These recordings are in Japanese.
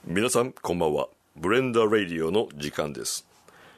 皆さんこんばんは。ブレンダーラディオの時間です。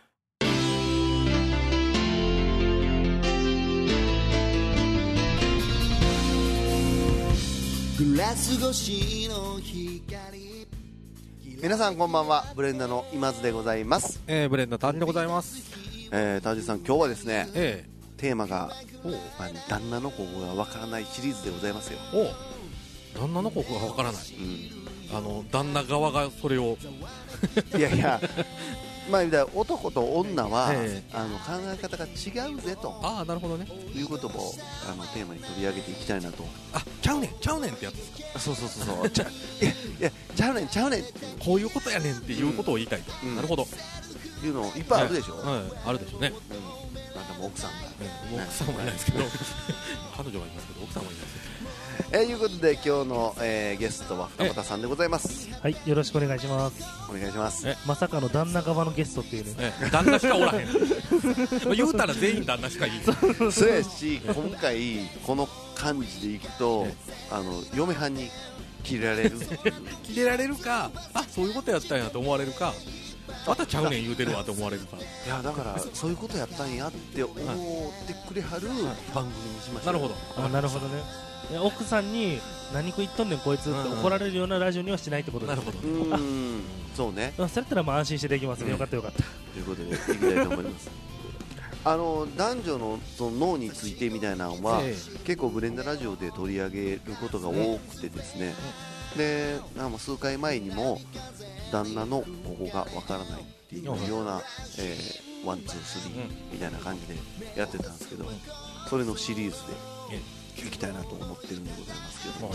皆さんこんばんは。ブレンダーの今津でございます。 ブレンダータンでございます。 タジさん、今日はですね、テーマが、旦那のここがわからないシリーズでございますよ。 旦那のここがわからない、旦那側がそれをいやいやまあ、男と女は、考え方が違うぜと、 なるほどね、 いうことをテーマに取り上げていきたいなと。 ちゃうねんってやつですか。 そういやちゃうねんこういうことやねんっていうことを言いたいと、なるほどいうのいっぱいあるでしょ。 あるでしょうね。 なんでも奥さんが、 奥さんもいないですけど彼女はいますけど奥さんもいないですけどいうことで今日の、ゲストは二俣さんでございます。 はい、よろしくお願いします。 お願いします。 まさかの旦那側のゲストっていうね、 旦那しかおらへん言うたら全員旦那しかいいそうやし、今回この感じでいくと、嫁はんにキレられるキレられるか、そういうことやったんやと思われるか、またちゃうねん言うてるわと思われるか。いやだからそういうことやったんやって思ってくれはる番組にしました。 なるほどなるほどね。奥さんに何食いっとんねんこいつって怒られるようなラジオにはしないってことです。なるほど。 そうね。 それだったら安心してできますね。よかったということでいきたいと思います男女のその脳についてみたいなのは、結構ブレンダラジオで取り上げることが多くてですね、で数回前にも旦那のここがわからないっていうような、ワンツースリーみたいな感じでやってたんですけど、それのシリーズでいきたいなと思ってるんでございますけど、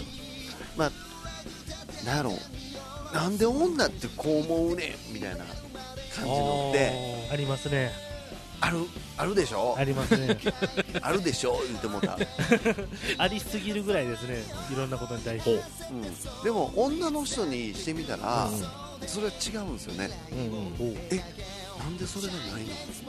なんやろう、なんで女ってこう思うねんみたいな感じのってありますね。 あるでしょ。 ありますねあるでしょ言うてもたありすぎるぐらいですね、いろんなことに対して。 でも女の人にしてみたら、それは違うんですよね。なんでそれがないの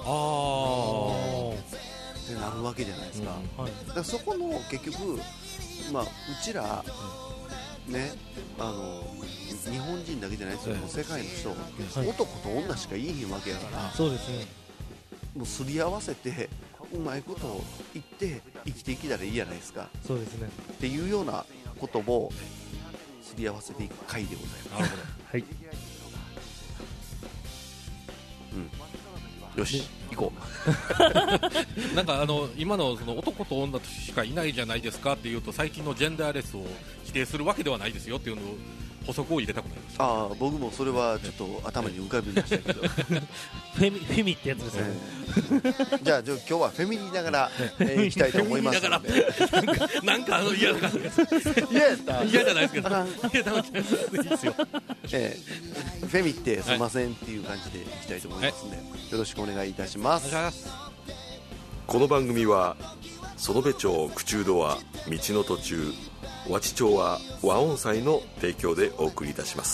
ってなるわけじゃないですか。だからそこの結局、うちらね、日本人だけじゃないですよ、世界の人、男と女しかいいひんわけやから、 そうですね、 もうすり合わせてうまいことを言って生きていけたらいいじゃないですか。 そうですね。 っていうようなことをすり合わせていく回でございます。なるほど。はい。よし、行こうなんか今のその男と女しかいないじゃないですかっていうと、最近のジェンダーレスを否定するわけではないですよっていうのを補足を入れたくなりました。 僕もそれはちょっと頭に浮かびましたけどフェミってやつですよね。 じゃあ今日はフェミニながらいきたいと思いますのでなんか嫌な感じです嫌じゃないですけど、いいですよ。 フェミってすいませんっていう感じでいきたいと思いますので、よろしくお願いいたします。 この番組は園部町口中ドア道の途中、和知町は和音祭の提供でお送りいたします。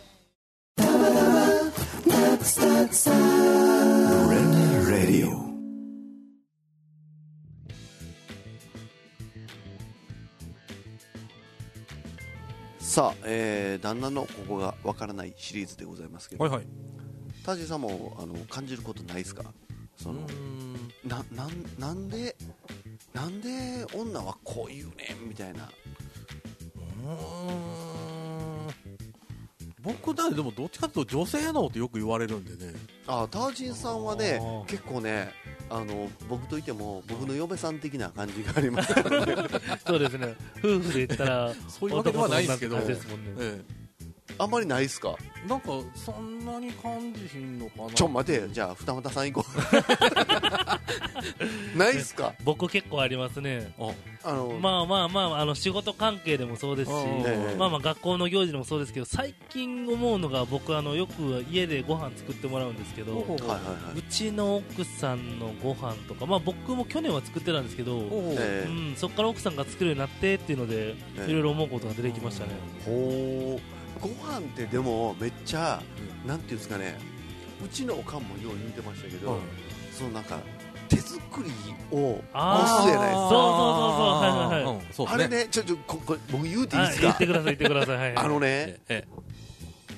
さあ、旦那のここがわからないシリーズでございますけど、タジさんも感じることないですか？なんで女はこう言うねんみたいな。 僕でもどっちかというと女性のってよく言われるんでね。 タージンさんはね、結構ね、僕といても僕の嫁さん的な感じがありますからねそうですね、夫婦で言ったらそういうわけではないんですけど、 あんまりないっすか？ なんかそんなに感じひんのかな。 待てよ、じゃあ二俣さん行こうないっすか？ 僕結構ありますね。仕事関係でもそうですし、学校の行事でもそうですけど、最近思うのが、僕よく家でご飯作ってもらうんですけど、うちの奥さんのご飯とか、僕も去年は作ってたんですけど、そこから奥さんが作るようになってっていうので、いろいろ思うことが出てきましたね。 ご飯ってでもめっちゃ、なんていうんですかね、うちのおかんもよう言ってましたけど、そのなんか手作りを押すじゃないですか。あれね、これ僕言うていいですか？ 言ってください。 ね、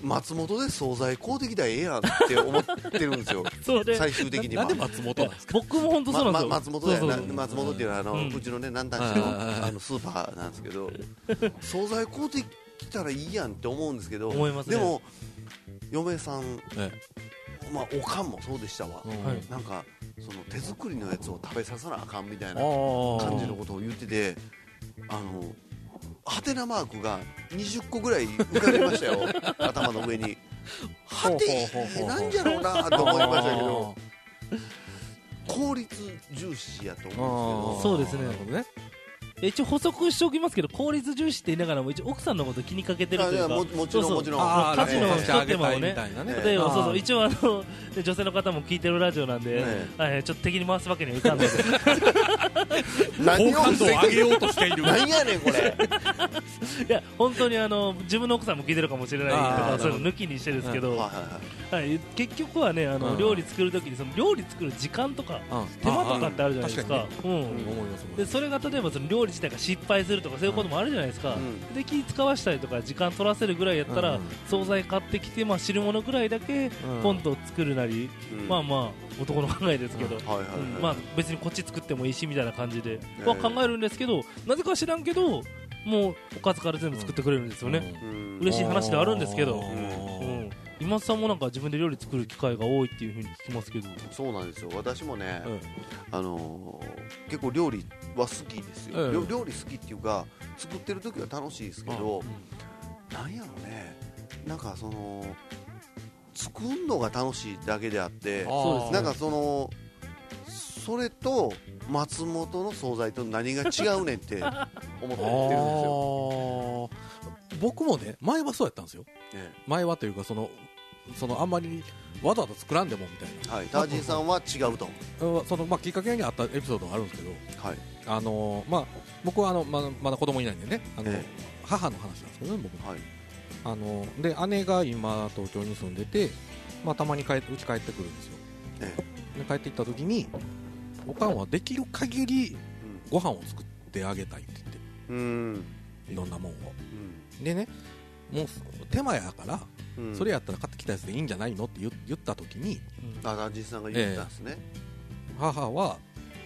松本で惣菜買うてきたらええやんって思ってるんですよ最終的には。 なんで松本なんですか？ 僕も本当そうなんですよ。 松本松本っていうのはうちのね南丹市のスーパーなんですけど惣菜買うてきたらいいやんって思うんですけど、 思いますね。 でも嫁さん、まあおかんもそうでしたわ、なんかその手作りのやつを食べさせなあかんみたいな感じのことを言ってて、ハテナマークが20個ぐらい浮かびましたよ頭の上に。はてなんじゃろうなと思いましたけど効率重視やと思うんですけど。そうですね。一応補足しておきますけど、効率重視って言いながらも一応奥さんのこと気にかけてるというか、 もちろん家事の一手間をね、例えばそう一応女性の方も聞いてるラジオなんで、ちょっと敵に回すわけにはいかんので好感度を上げようとしている。 何やねんこれいや本当に自分の奥さんも聞いてるかもしれないとか、そういうの抜きにしてですけど、結局はね料理作るときにその料理作る時間とか手間とかってあるじゃないですか。でそれが例えばその料理自体が失敗するとかそういうこともあるじゃないですか。で気使わしたりとか時間取らせるぐらいやったら惣菜買ってきて汁物ぐらいだけポンと作るなり、まあまあ男の考えですけど、まあ別にこっち作ってもいいしみたいな感じでは考えるんですけど、なぜか知らんけどもうおかずから全部作ってくれるんですよね。嬉しい話ではあるんですけど、今津さんもなんか自分で料理作る機会が多いっていう風に聞きますけど。 そうなんですよ。私もね、結構料理は好きですよ。料理好きっていうか作ってる時は楽しいですけど、なんやろね、なんかその作るのが楽しいだけであって、なんかそれと松本の惣菜と何が違うねんって思ってるんですよ。 僕もね前はそうやったんですよ。前はというかそのあんまりわざわざ作らんでもみたいな。 はい、タージンさんは違うと。 きっかけにあったエピソードがあるんですけど、僕はまだ子供いないんでね、母の話なんですけどね、僕の。で姉が今東京に住んでて、たまにうち帰ってくるんですよ。で帰ってきた時におかんはできる限りご飯を作ってあげたいって言って、いろんなもんを。でね、もう手間やから、それやったら買ってきたやつでいいんじゃないのって言った時に、 タージンさんが言ったんですね。 母は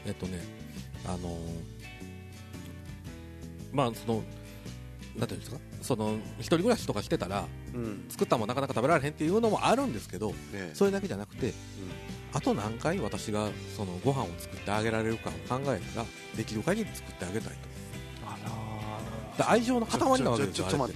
なんていうんですか、一人暮らしとかしてたら、作ったもんなかなか食べられへんっていうのもあるんですけど、それだけじゃなくて、あと何回私がご飯を作ってあげられるかを考えたらできる限り作ってあげたいと。愛情の塊なわけですよ。 ちょっと待って、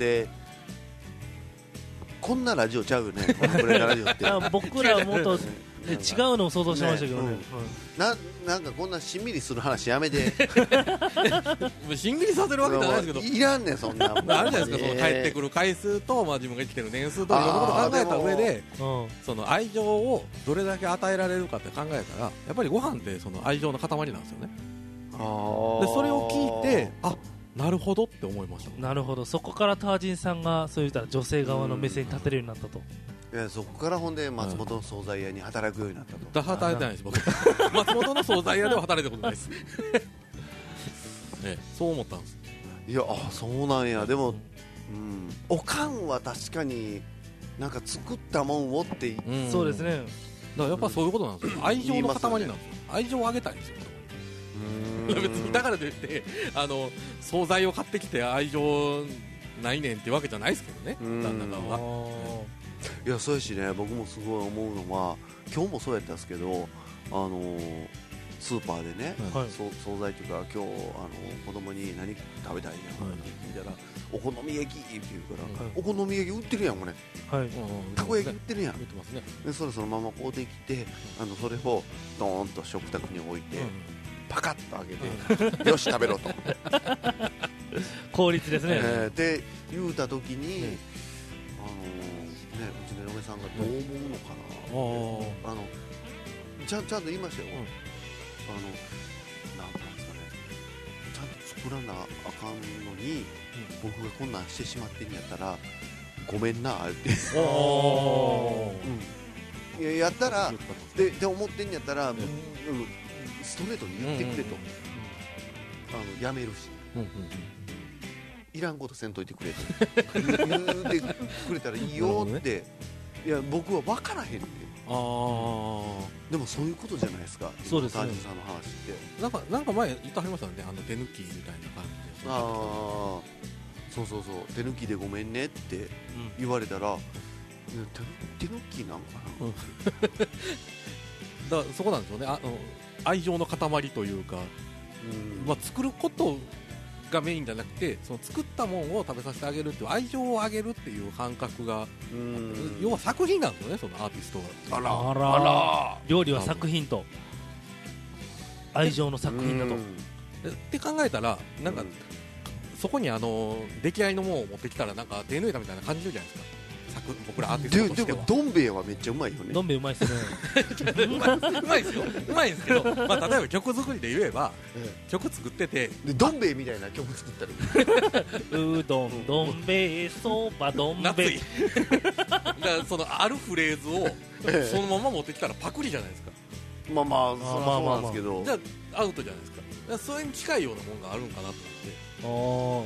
こんなラジオちゃうよね、これラジオって僕らはもっと違うのを想像しましたけどね。 なんかこんなしんみりする話やめてしんみりさせるわけじゃないですけど、 いらんねんそんなあるじゃないですか、帰ってくる回数と、自分が生きてる年数といろんなことを考えた上で、その愛情をどれだけ与えられるかって考えたら、やっぱりご飯ってその愛情の塊なんですよね。でそれを聞いて、なるほどって思いました。 なるほど、そこからタージンさんがそういった女性側の目線に立てるようになったと。 いや、そこからほんで松本の惣菜屋に働くようになったと。 働いてないです僕松本の惣菜屋では働いたことないですそう思ったんです。 いや、そうなんや。でも、おかんは確かになんか作ったもんをって、 そうですね。だからやっぱそういうことなんですよ。愛情の塊なんですよ。愛情をあげたいんですよ。別にだからといって惣菜を買ってきて愛情ないねんってわけじゃないですけどね、旦那側は。 いや、そうやしね、僕もすごい思うのは、今日もそうやったんですけど、スーパーでね、惣菜というか、今日子供に何食べたいのって聞いたら、お好み焼きって言うから、お好み焼き売ってるやんこれ、たこ焼き売ってるやん。でそれそのまま買うてきて、それをドーンと食卓に置いて、パカッと開けてよし食べろと効率ですね。 って言うた時に、うちの嫁さんがどう思うのかな、ちゃんと言いましたよ。なんですかね、ちゃんと作らなあかんのに、僕がこんなんしてしまってんやったらごめんなってやったらで思ってんやったら、ストレートに言ってくれと、やめるし、 いらんことせんといてくれと言ってくれたらいいよって、いや僕は分からへんねん。でもそういうことじゃないですか。 そうですね。 タージンさんの話ってなんか前言ってはりましたね、手抜きみたいな感じで。 そう手抜きでごめんねって言われたら、手抜きなんかな、 だからそこなんですよね。愛情の塊というか、作ることがメインじゃなくて、その作ったものを食べさせてあげるっていう愛情をあげるっていう感覚が、要は作品なんですよね、そのアーティストは。 あら料理は作品と愛情の作品だとって考えたら、なんかそこに出来合いのものを持ってきたらなんか手抜いたみたいな感じるじゃないですか。僕らアーティストとしては。 でもどん兵衛はめっちゃうまいよね。 どん兵衛うまいですね。 うまいですよ。うまいんですけど、例えば曲作りで言えば、曲作っててでどん兵衛みたいな曲作ったらうどんどん兵衛そばどん兵衛だからそのあるフレーズをそのまま持ってきたらパクリじゃないですか。 そうなんですけど、 じゃあアウトじゃないですか。だからそれに近いようなものがあるんかなと思って、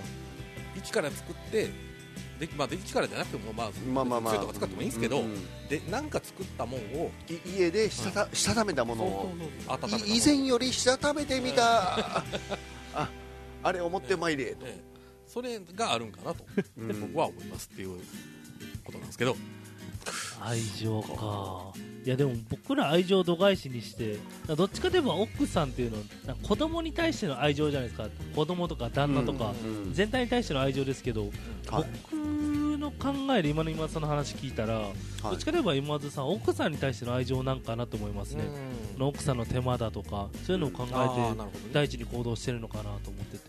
一から作って一からじゃなくてもそれとか使ってもいいんですけど、でなんか作ったもんを家でしたためたものを以前よりしたためてみたあれを持ってまいれと、 それがあるんかなと僕は思いますっていうことなんですけど。 愛情か。いやでも僕ら愛情を度外視にして、どっちかといえば奥さんっていうのは子供に対しての愛情じゃないですか。子供とか旦那とか全体に対しての愛情ですけど、僕の考えで今のさんの話聞いたら、どっちかといえば今津さん奥さんに対しての愛情なんかなと思いますね。奥さんの手間だとかそういうのを考えて第一に行動してるのかなと思ってて、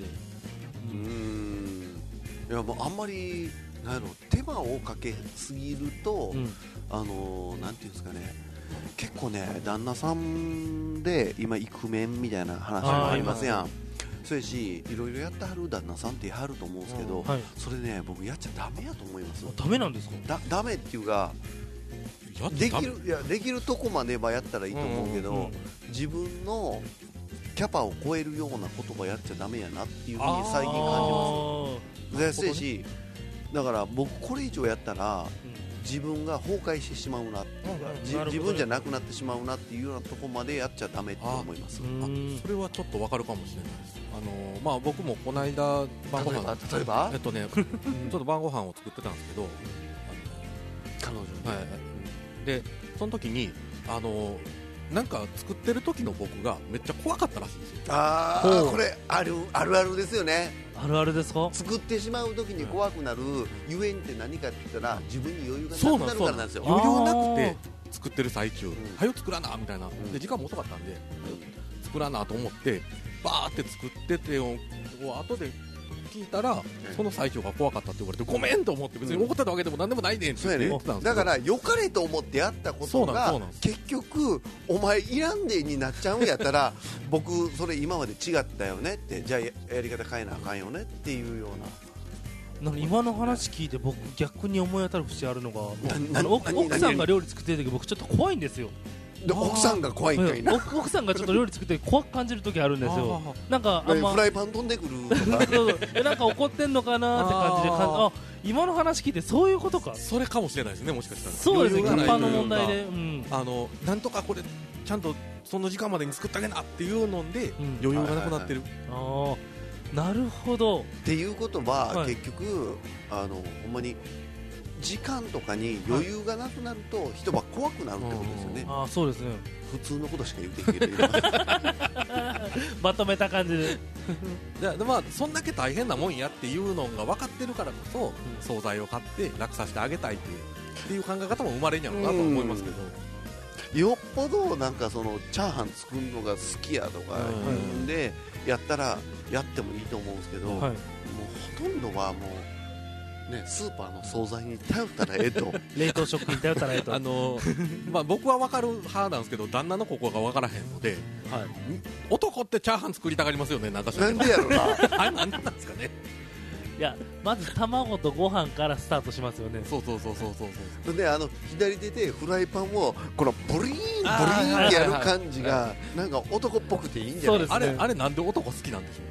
いやもうあんまり手間をかけすぎると、なんていうんですかね、結構ね旦那さんで今イクメンみたいな話もありますやん。そうやしいろいろやってはる旦那さんってやはると思うんですけど、それね僕やっちゃダメやと思いますよ。 ダメなんですか？ ダメっていうかできるとこまではやったらいいと思うけど、自分のキャパを超えるようなことはやっちゃダメやなっていうふうに最近感じます。そうやしだから僕これ以上やったら自分が崩壊してしまうなっていうか、自分じゃなくなってしまうなっていうようなとこまでやっちゃダメって思います。 それはちょっと分かるかもしれないです。僕もこの間晩ご飯例えばちょっと晩ご飯を作ってたんですけど、 彼女に、 でその時になんか作ってる時の僕がめっちゃ怖かったらしいんですよ。 これあるあるですよね。 あるあるですか？ 作ってしまう時に怖くなるゆえんって何かって言ったら自分に余裕がなくなるからなんですよ。 余裕なくて作ってる最中、早く作らなみたいな、で時間も遅かったんで作らなと思ってバーって作ってて後で聞いたら、その最中が怖かったって言われてごめんと思って、別に怒ってたわけでも何でもないねんって言ってたんですけど、 だから良かれと思ってやったことが結局お前いらんでになっちゃうんやったら僕それ今まで違ったよねって、じゃあやり方変えなあかんよねっていうような。 今の話聞いて僕逆に思い当たる節あるのが、奥さんが料理作ってる時僕ちょっと怖いんですよ。 奥さんが怖いんかいな。 奥さんがちょっと料理作って怖く感じる時あるんですよ。なんかフライパン飛んでくるとかなんか怒ってんのかなって感じで、今の話聞いてそういうことか。 それかもしれないですね、もしかしたら。 そうですね、一般の問題で、 なんとかこれちゃんとその時間までに作ってあげなっていうので余裕がなくなってる。 なるほど。 っていうことは結局ほんまに時間とかに余裕がなくなると人は怖くなるってことですよね。 そうですね。 普通のことしか言っていけないまとめた感じでそんだけ大変なもんやっていうのが分かってるからこそ惣菜を買って楽させてあげたいっていう考え方も生まれんやろうなと思いますけど、 よっぽどなんかそのチャーハン作るのが好きやとかでやったらやってもいいと思うんですけど、もうほとんどはもうスーパーの惣菜に頼ったらええと冷凍食品に頼ったらええと僕は分かる派なんですけど、旦那のここが分からへんので、男ってチャーハン作りたがりますよね。なんでやろなあれなんですかね。 いやまず卵とご飯からスタートしますよね。 そうで左手でフライパンをこのブリーンってやる感じがなんか男っぽくていいんじゃないですか。 あれなんで男好きなんでしょうね。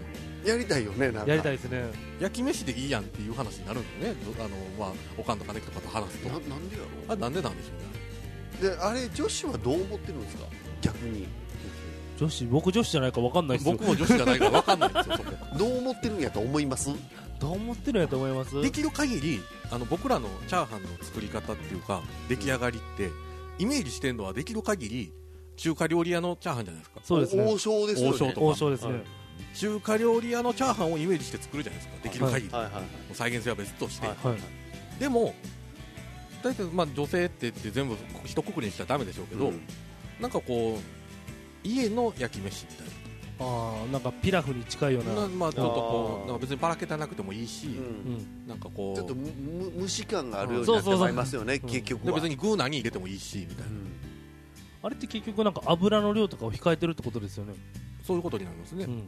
やりたいよね。なんかやりたいですね。 焼き飯でいいやんっていう話になるんだよね。まあおかんとかねとかと話すと。 なんでやろう。なんでなんでしょうね。であれ女子はどう思ってるんですか。逆に。 僕女子じゃないか分かんないですよ。 僕も女子じゃないから分かんないですよ。そこどう思ってるんやと思います。 どう思ってるんやと思います。 できる限り僕らのチャーハンの作り方っていうか出来上がりってイメージしてるのはできる限り中華料理屋のチャーハンじゃないですか。 そうですね。 王将ですよね。 王将ですね。 中華料理屋のチャーハンをイメージして作るじゃないですか。できる限り、再現性は別として、でも大体まあ女性って全部一括りにしたらダメでしょうけど、なんかこう家の焼き飯みたいな、 なんかピラフに近いような、 まあちょっとこうなんか別にばらけたなくてもいいし、なんかこうちょっと蒸し感があるようになってまいりますよね。結局は別に具何入れてもいいしみたいな、 あれって結局なんか油の量とかを控えてるってことですよね。 そういうことになりますね。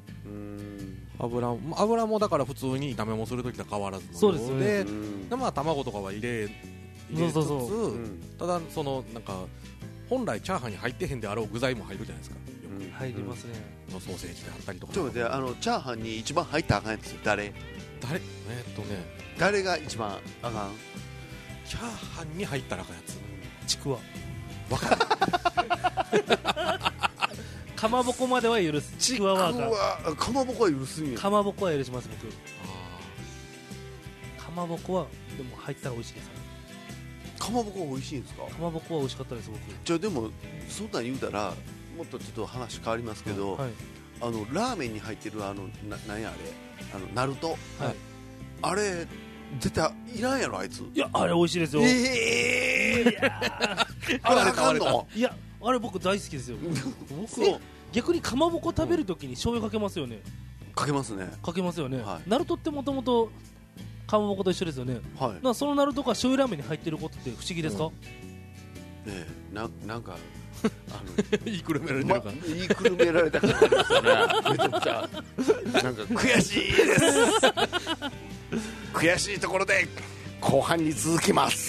油もだから普通に炒めもするときと変わらずの量で、まあ卵とかは入れつつ、ただそのなんか本来チャーハンに入ってへんであろう具材も入るじゃないですか。 入りますね。 ソーセージであったりとか。 ちょっと待って、チャーハンに一番入ったらあかんやつ誰誰が一番あかん。 チャーハンに入ったらあかんやつ。 ちくわ。 わかる。 かまぼこまでは許す。ちくわはかまぼこは許すんや。 かまぼこは許します僕。かまぼこはでも入ったら美味しいです。 かまぼこは美味しいんですか。 かまぼこは美味しかったです僕。 じゃあでもそんなん言うたらもっとちょっと話変わりますけど、ラーメンに入ってるなんやあれナルト、あれ絶対いらんやろあいつ。 いやあれ美味しいですよ。 あれあかんの。 いやあれ僕大好きですよ。僕逆にかまぼこ食べるときに醤油かけますよね。 かけますね。 かけますよね。ナルトってもともとかまぼこと一緒ですよね。そのナルトが醤油ラーメンに入ってることって不思議ですか。 なんか言いくるめられてるか。 言いくるめられた感じですよね。めちゃくちゃなんか悔しいです。悔しいところで後半に続きます。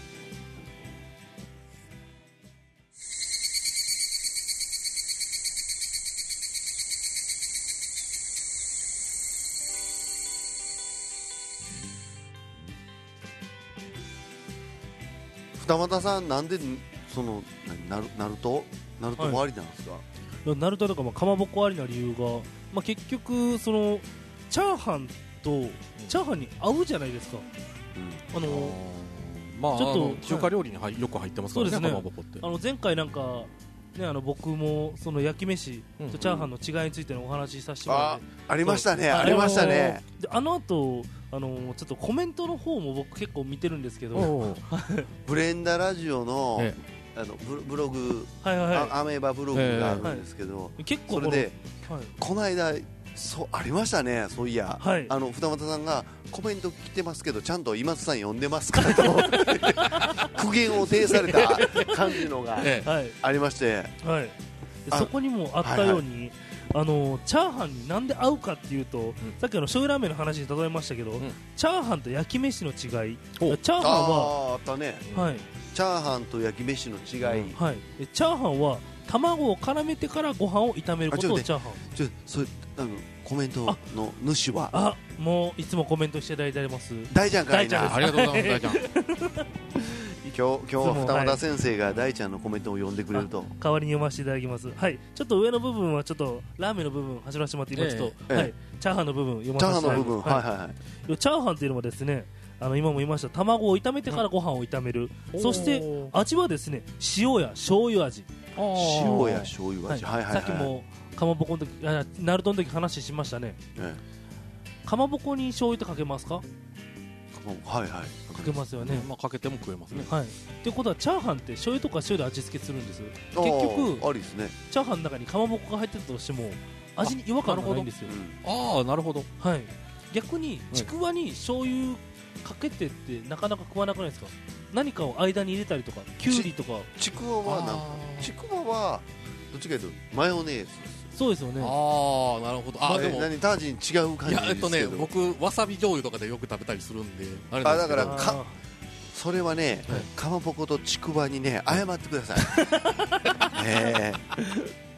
二俣さんなんでそのナルト終わりなんですか。 ナルトとかかまぼこありな理由が、結局そのチャーハンとチャーハンに合うじゃないですか。ちょっと中華料理によく入ってますからね。かまぼこって前回なんかね、僕もその焼き飯とチャーハンの違いについてのお話しさせてもらって、 ありましたね。ありましたね。 であの後ちょっとコメントの方も僕結構見てるんですけどブレンダラジオのブログ、アメーバブログがあるんですけど、 結構それでこの間ありましたね。そういや二俣さんがコメント来てますけどちゃんと今津さん読んでますかと苦言を呈された感じのがありまして、 そこにもあったようにチャーハンになんで合うかっていうと、さっき醤油ラーメンの話に例えましたけど、チャーハンと焼き飯の違い。チャーハンはあったね。チャーハンと焼き飯の違い。 チャーハンは卵を絡めてからご飯を炒めることをチャーハン。 それコメントの主はもういつもコメントしていただいてます。 大ちゃんからありがとうございます。大ちゃん今日は二俣先生が大ちゃんのコメントを読んでくれると。 代わりに読ませていただきます。ちょっと上の部分はちょっとラーメンの部分走らせてもらって今ちょっとチャーハンの部分読ませていただきます。チャーハンっていうのはですね、今も言いました卵を炒めてからご飯を炒める。そして味はですね、塩や醤油味。 塩や醤油味。 さっきもかまぼこの時ナルトの時話しましたね。かまぼこに醤油ってかけますか。かけますよね。 かけても食えますね。 ってことはチャーハンって醤油とか塩で味付けするんです。結局ありですね。 チャーハンの中にかまぼこが入ってたとしても味に違和感がないんですよ。 なるほど。 逆にちくわに醤油かけてってなかなか食わなくないですか。何かを間に入れたりとか、きゅうりとか。 ちくわはどっちかというとマヨネーズ。 そうですよね。 なるほど。 でも単純に違う感じですけど。 僕わさび醤油とかでよく食べたりするんで。 だからそれはね、かまぼことちくわにね謝ってください。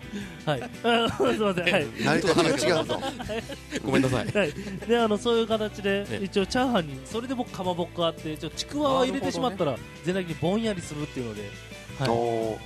はい、すみません、はい、 成り立ちが違うぞごめんなさい、 はい、でそういう形で一応チャーハンにそれで僕かまぼっこあってちくわは入れてしまったら全体的にぼんやりするっていうので、はい、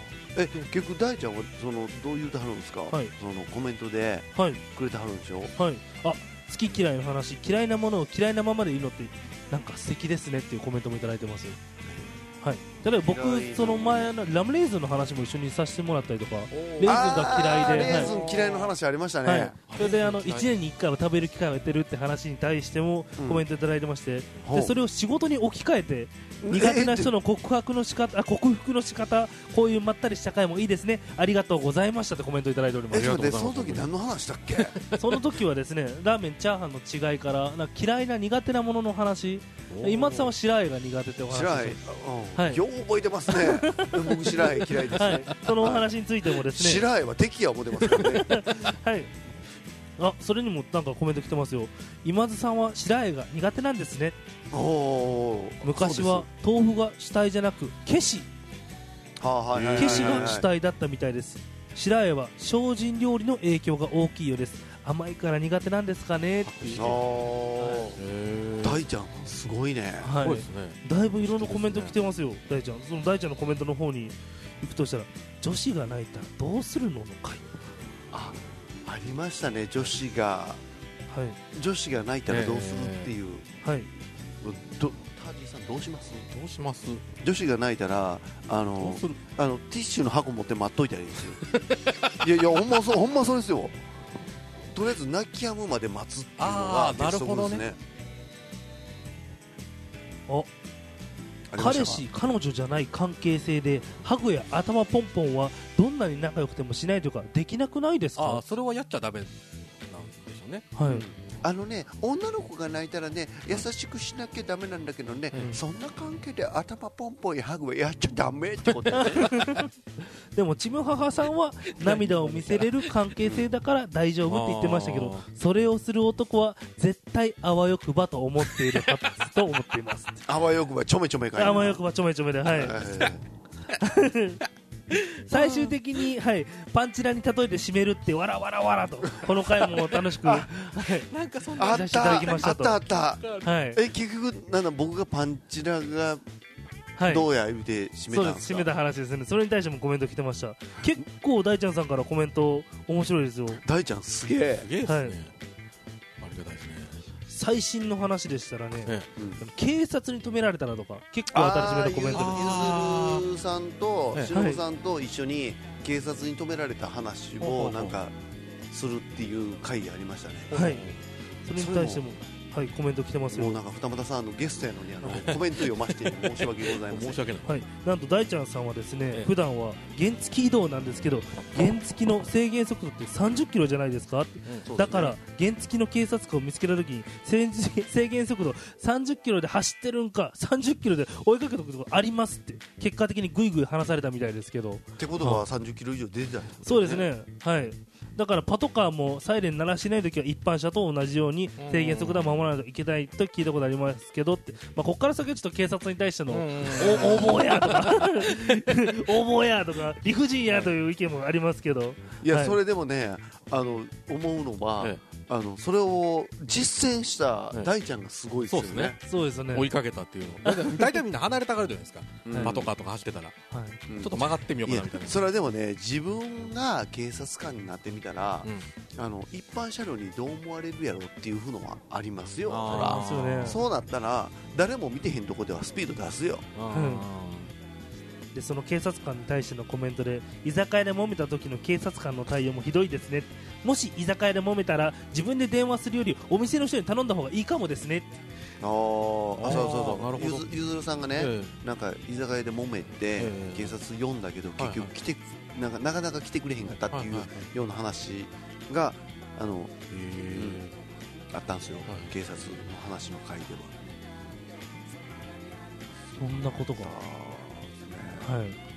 結局大ちゃんはどう言うてはるんですか、はい、そのコメントでくれてはるんでしょ、 はい、好き嫌いの話、嫌いなものを嫌いなままでいいのってなんか素敵ですねっていうコメントもいただいてます。はい、例えば僕その前のラムレーズンの話も一緒にさせてもらったりとか、レーズンが嫌いで、 レーズン嫌いの話ありましたね、はい、 それで1年に1回は食べる機会を得てるって話に対してもコメントいただいてまして、でそれを仕事に置き換えて苦手な人の克服の仕方こういうまったりした回もいいですね、ありがとうございましたってコメントいただいております。 その時何の話だっけその時はですね、ラーメンチャーハンの違いから嫌いな苦手なものの話、今津さんは白あえが苦手ってお話です。 はい、よう覚えてますね僕白あえ嫌いですね、はい、 そのお話についてもですね、 白あえは敵や思ってますからねはい、それにもなんかコメント来てますよ。今津さんは白あえが苦手なんですね。昔は豆腐が主体じゃなく消しが主体だったみたいです。白あえは精進料理の影響が大きいようです。甘いから苦手なんですかねって言って、 大ちゃんすごいね、 はい、だいぶいろんなコメント来てますよ。大ちゃん、その大ちゃんのコメントの方に行くとしたら、女子が泣いたらどうするのの回、 ありましたね、女子が泣いたらどうするっていう、タジーさんどうします？女子が泣いたらティッシュの箱持って待っといたらいいですよいやほんまそうですよ。とりあえず泣き止むまで待つっていうのが鉄則ですね。 彼氏彼女じゃない関係性でハグや頭ポンポンはどんなに仲良くてもしないとかできなくないですか？ それはやっちゃダメなんでしょうね。 はい、 女の子が泣いたらね、優しくしなきゃダメなんだけどね、そんな関係で頭ポンポンやハグはやっちゃダメってことだねでもちむ母さんは涙を見せれる関係性だから大丈夫って言ってましたけど、それをする男は絶対あわよくばと思っているはずと思っていますあわよくばちょめちょめかいな、 あわよくばちょめちょめで、はい最終的に、はい、パンチラに例えて締めるってわらわらわらとこの回も楽しくなんかそんなあったはい、結局僕がパンチラがどうや言うて締めたんですか？ 締めた話ですね。それに対してもコメント来てました。結構大ちゃんさんからコメント面白いですよ。 大ちゃんすげえ、 はい、ありがたいですね。 最新の話でしたらね、警察に止められたらとか結構新しめのコメントで、 ゆずるさんとしのぶさんと一緒に警察に止められた話をなんかするっていう回ありましたね。 はい、それに対してもはい、コメント来てますよ。 もうなんか二俣さんゲストやのにコメント読ませて申し訳ございません。 申し訳ない。 はい、なんと大ちゃんさんはですね、普段は原付移動なんですけど、原付の制限速度って30キロじゃないですか、だから原付の警察官を見つけた時に制限速度30キロで走ってるんか30キロで追いかけたことがありますって結果的にグイグイ話されたみたいですけど、 ってことは30キロ以上出てたんですね。 そうですね、はい。だからパトカーもサイレン鳴らしてないときは一般車と同じように制限速度は守らないといけないと聞いたことありますけどって、ここから先はちょっと警察に対しての横暴やとか横暴やとか理不尽やという意見もありますけど、 いや、それでもね思うのは、それを実践した大ちゃんがすごいですよね。 そうですね。 追いかけたっていうの。大体みんな離れたがるじゃないですか。パトカーとか走ってたら、ちょっと曲がってみようかなみたいな。 それはでもね、自分が警察官になってみたら、一般車両にどう思われるやろうっていうのはありますよ。そうなったら誰も見てへんとこではスピード出すよ。 でその警察官に対してのコメントで、居酒屋で揉めた時の警察官の対応もひどいですね、もし居酒屋で揉めたら自分で電話するよりお店の人に頼んだ方がいいかもですね。 そうゆずるさんがね、なんか居酒屋で揉めて、警察呼んだけど結局なかなか来てくれへんかったっていうような話があったんですよ、警察の話の回では。 そんなことが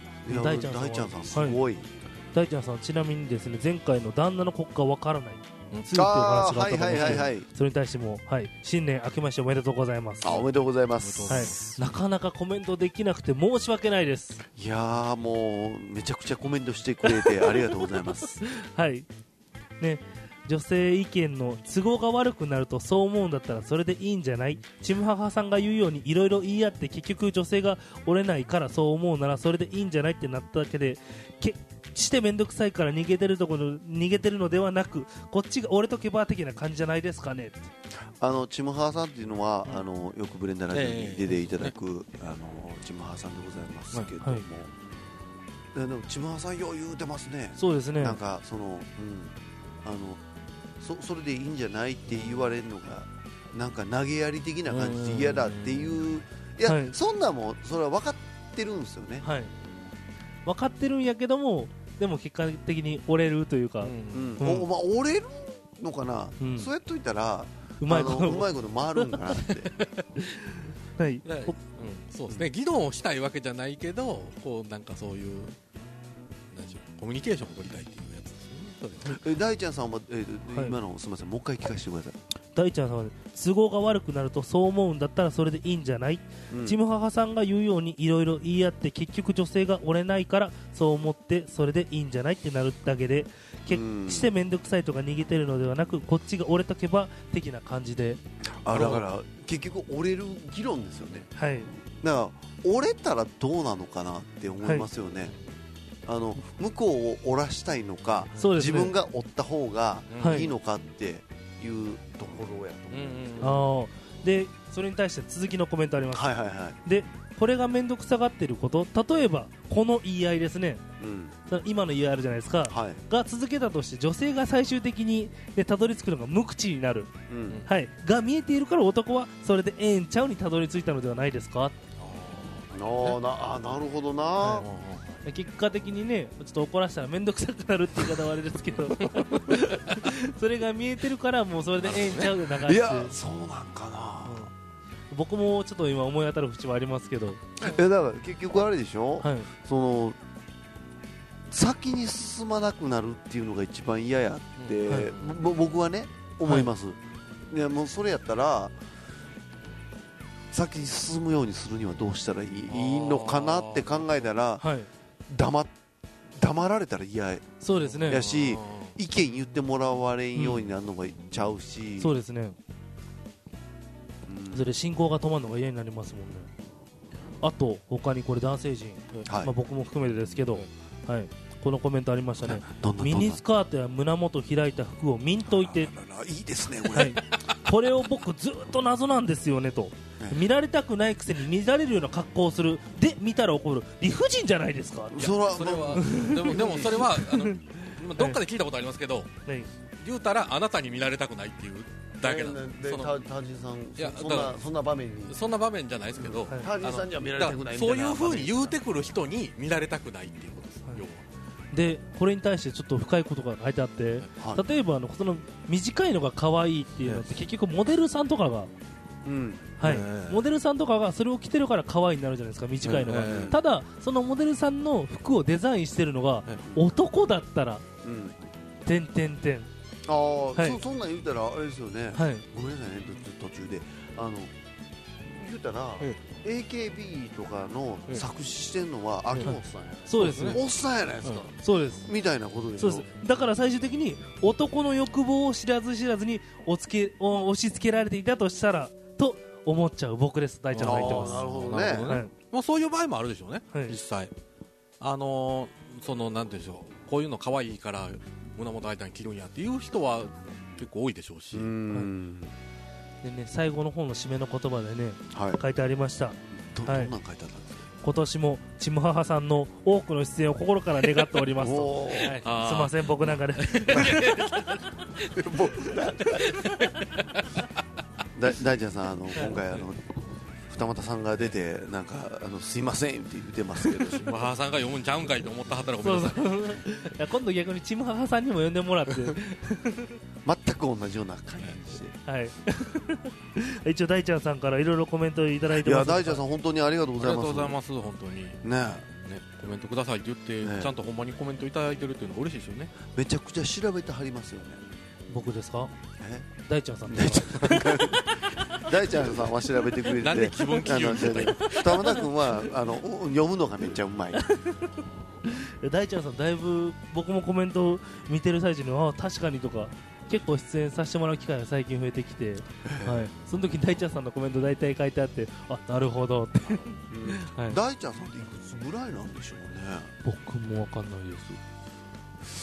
大ちゃんさんすごい。 大ちゃんさんちなみにですね、前回の旦那の国家わからないっていう話があったと思うんですけど、それに対しても、新年明けましておめでとうございます。 おめでとうございます。 なかなかコメントできなくて申し訳ないです。 いやー、もうめちゃくちゃコメントしてくれてありがとうございますはいね、女性意見の都合が悪くなるとそう思うんだったらそれでいいんじゃない。ちむははさんが言うようにいろいろ言い合って結局女性が折れないからそう思うならそれでいいんじゃないってなっただけで、してめんどくさいから逃げてるのではなく、こっちが折れとけば的な感じじゃないですかね。 ちむははさんっていうのはよくブレンダラジオに出ていただく、ちむははさんでございますけども、でもちむははさんよう言うてますね。 そうですね。 なんかそれでいいんじゃないって言われるのがなんか投げやり的な感じで嫌だっていう、いや、そんなもんそれは分かってるんですよね。 分かってるんやけども、でも結果的に折れるというか、 折れるのかな、そうやっといたらうまいこと回るんかなってそうですね、議論をしたいわけじゃないけど、こうなんかそういうコミュニケーションを取りたいっていうやつですね。 大ちゃんさんは、今のすみません、もう一回聞かせてください。 大ちゃんさんは、都合が悪くなるとそう思うんだったらそれでいいんじゃない、ちむははさんが言うようにいろいろ言い合って結局女性が折れないからそう思ってそれでいいんじゃないってなるだけで、して面倒くさいとか逃げてるのではなく、こっちが折れとけば的な感じで、 だから結局折れる議論ですよね。だから折れたらどうなのかなって思いますよね。向こうを折らしたいのか、自分が折った方がいいのかっていうところやと思うんですけど、でそれに対して続きのコメントあります。でこれが面倒くさがってること、例えばこの言い合いですね、今の言い合いあるじゃないですか、が続けたとして女性が最終的にたどり着くのが無口になる、が見えているから男はそれでええんちゃうにたどり着いたのではないですか。 なるほどな、 結果的にね、ちょっと怒らせたら面倒くさくなるって言い方はあれですけどそれが見えてるからもうそれでええんちゃうで流して、いやそうなんかな、 僕もちょっと今思い当たる節はありますけど、 だから結局あれでしょ、その先に進まなくなるっていうのが一番嫌やって、僕はね思います。いやもうそれやったら先に進むようにするにはどうしたらいいのかなって考えたら、黙られたら嫌やし、意見言ってもらわれんようになるのがちゃうし、 そうですね、それ進行が止まるのが嫌になりますもんね。あと他にこれ男性陣、僕も含めてですけど、このコメントありましたね。ミニスカートや胸元開いた服を見んといて、 いいですねこれ、 これを僕ずっと謎なんですよねと。見られたくないくせに見られるような格好をする、で見たら怒る理不尽じゃないですか。 それはでもそれはどっかで聞いたことありますけど、言うたらあなたに見られたくないっていうだけなんで、 タジさんそんな場面にそんな場面じゃないですけど、 タジさんには見られたくないみたいな、 そういう風に言うてくる人に見られたくないっていうことです、要は。 でこれに対してちょっと深いことが書いてあって、例えばその短いのが可愛いっていうのって結局モデルさんとかが、モデルさんとかがそれを着てるから可愛いになるじゃないですか、短いのが。ただそのモデルさんの服をデザインしてるのが男だったらそんなん言うたらあれですよね、ごめんなさいね途中で言うたら、AKB とかの作詞してるのは秋元さんや、 そうですね、 おっさんやないですか、 そうですみたいなことでしょ。 そうです。だから最終的に男の欲望を知らず知らずに押し付けられていたとしたらと思っちゃう僕です。大ちゃんが言ってます。 なるほどね、 まあ、そういう場合もあるでしょうね、実際そのなんていうんでしょう、こういうの可愛いから胸元開いたに着るんやっていう人は結構多いでしょうし、 でね、最後の方の締めの言葉でね、書いてありました。 どんなん書いてあったんですか。 今年もちむははさんの多くの出演を心から願っておりますとすいません、僕なんかで大ちゃんさん今回二俣さんが出てなんかすいませんって言ってますけど、 ちむははさんが読むんちゃうんかいと思ったはったらごめんなさい。 今度逆にちむははさんにも読んでもらって全く同じような感じして一応大ちゃんさんからいろいろコメントいただいてます。 いや大ちゃんさん本当にありがとうございます。 ありがとうございます。本当にねコメントくださいって言って、ちゃんとほんまにコメントいただいてるっていうのが嬉しいですよね。 めちゃくちゃ調べてはりますよね。 僕ですか？大ちゃんさん大ちゃんさんは調べてくれて、 なんで気分気分二俣君は読むのがめっちゃうまい。 大ちゃんさんだいぶ僕もコメント見てる最中に確かにとか結構出演させてもらう機会が最近増えてきて、はい、その時大ちゃんさんのコメント大体書いてあって、なるほどって、 はい、大ちゃんさんっていくつぐらいなんでしょうね。 僕も分かんないです。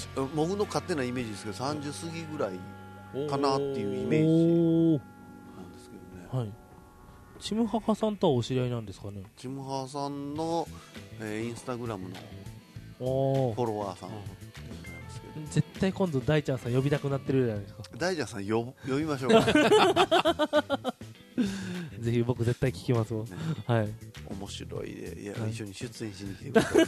僕の勝手なイメージですけど30過ぎぐらいかなっていうイメージなんですけどね。はい、 チムハハさんとはお知り合いなんですかね。 チムハハさんの、インスタグラムのフォロワーさん、 絶対今度大ちゃんさん呼びたくなってるじゃないですか。 大ちゃんさん呼びましょうか。 ぜひ僕絶対聞きますもん、ね、はい、 面白いで、いや、はい、一緒に出演しに来てください。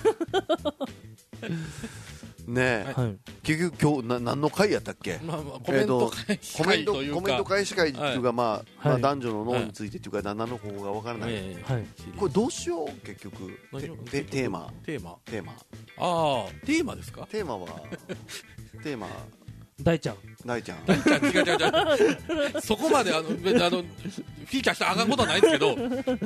ねえ、はい、結局今日何の会やったっけ？ コメント返し会っていうか、まあ男女の脳についてっていうか、何の方が分からない、これどうしよう結局テーマああテーマですか？ テーマ大ちゃん違うそこまでフィーチャーしたらあかんことはないですけど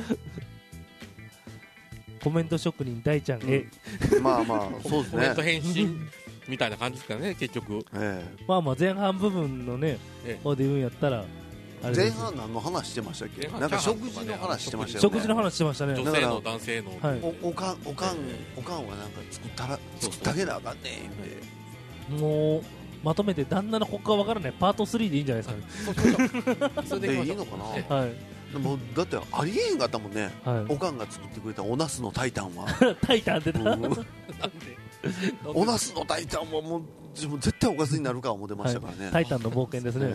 コメント職人大ちゃんまあそうですね、 コメント返信みたいな感じですかね結局、 まあ前半部分のね方で言うんやったら前半何の話してましたっけ？なんか食事の話してましたよね。 食事の話してましたね。 女性の男性の、 おかんはなんか作ってあげなあかんねんって、 もうまとめて旦那の他がわからないパート3でいいんじゃないですかね。 それでいいのかな。はい。でもだってありえんかったもんね。おかんが作ってくれたおナスのタイタンは。 タイタンってなんで？ おナスのタイタンはもう絶対おかずになるか思ってましたからね。 タイタンの冒険ですね。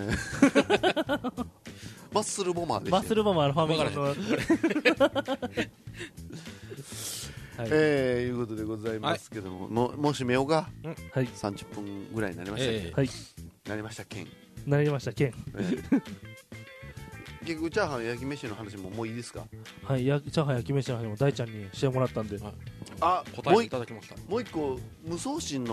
マッスルボマーでした。 マッスルボマーのファミリーの。 いうことでございますけども、もう締めようか。はい。30分ぐらいになりましたね。はい。なりましたケン。結局チャーハン焼き飯の話ももういいですか？ はい、チャーハン焼き飯の話も大ちゃんにしてもらったんで、 答えていただきました。 もう一個無双心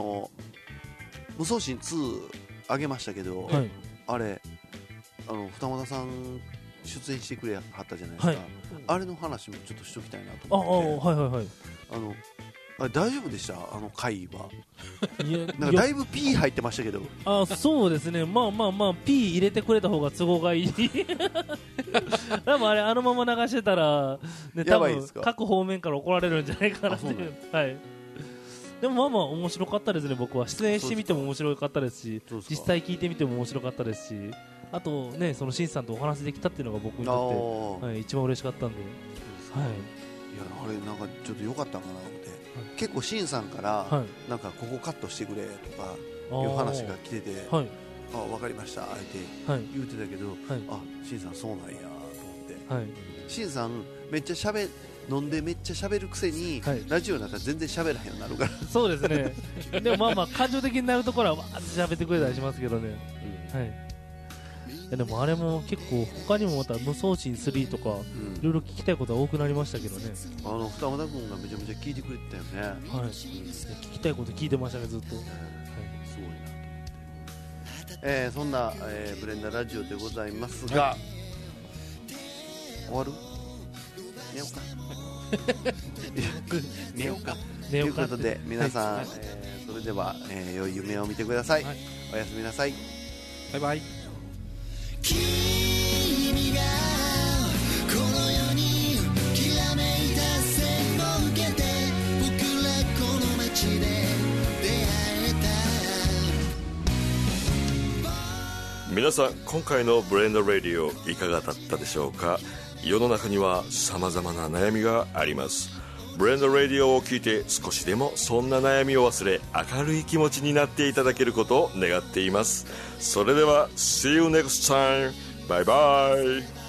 2あげましたけど、はい、あれ二俣さん出演してくれはったじゃないですか、はい、あれの話もちょっとしときたいなと思って。あれ大丈夫でした？回は。なんかだいぶ P 入ってましたけど。 そうですね。まあ P 入れてくれた方が都合がいい。多分あのまま流してたら、ね、多分各方面から怒られるんじゃないかなっていう。はい。でも面白かったですね。僕は出演してみても面白かったですし、実際聞いてみても面白かったですし、あとね、そのシンさんとお話できたっていうのが僕にとって、はい、一番嬉しかったんで。はい。いや、あれなんかちょっと良かったんかなと思って、結構シンさんから、なんかここカットしてくれとかいう話が来てて、分かりましたって言うてたけど、シンさんそうなんやと思って、シンさんめっちゃ飲んでめっちゃ喋るくせに、ラジオになったら全然喋らへんようになるから。 そうですね。でも感情的になるところはわーって喋ってくれたりしますけどね。はい。でもあれも結構他にもまた無双心3とかいろいろ聞きたいことは多くなりましたけどね。 二俣君がめちゃめちゃ聞いてくれてたよね。 はい、聞きたいこと聞いてましたねずっと。はい、 すごいなと思って。そんな、ブレンダーラジオでございますが、終わる？寝ようか。寝ようか。ということで皆さん、それでは、良い夢を見てください。おやすみなさい。 バイバイ。 君がこの世にきらめいた線を受けて僕らこの街で出会えた。皆さん今回のブレンドラディオいかがだったでしょうか？世の中には様々な悩みがあります。ブレンドラディオを聞いて少しでもそんな悩みを忘れ明るい気持ちになっていただけることを願っています。それでは See you next time. Bye bye.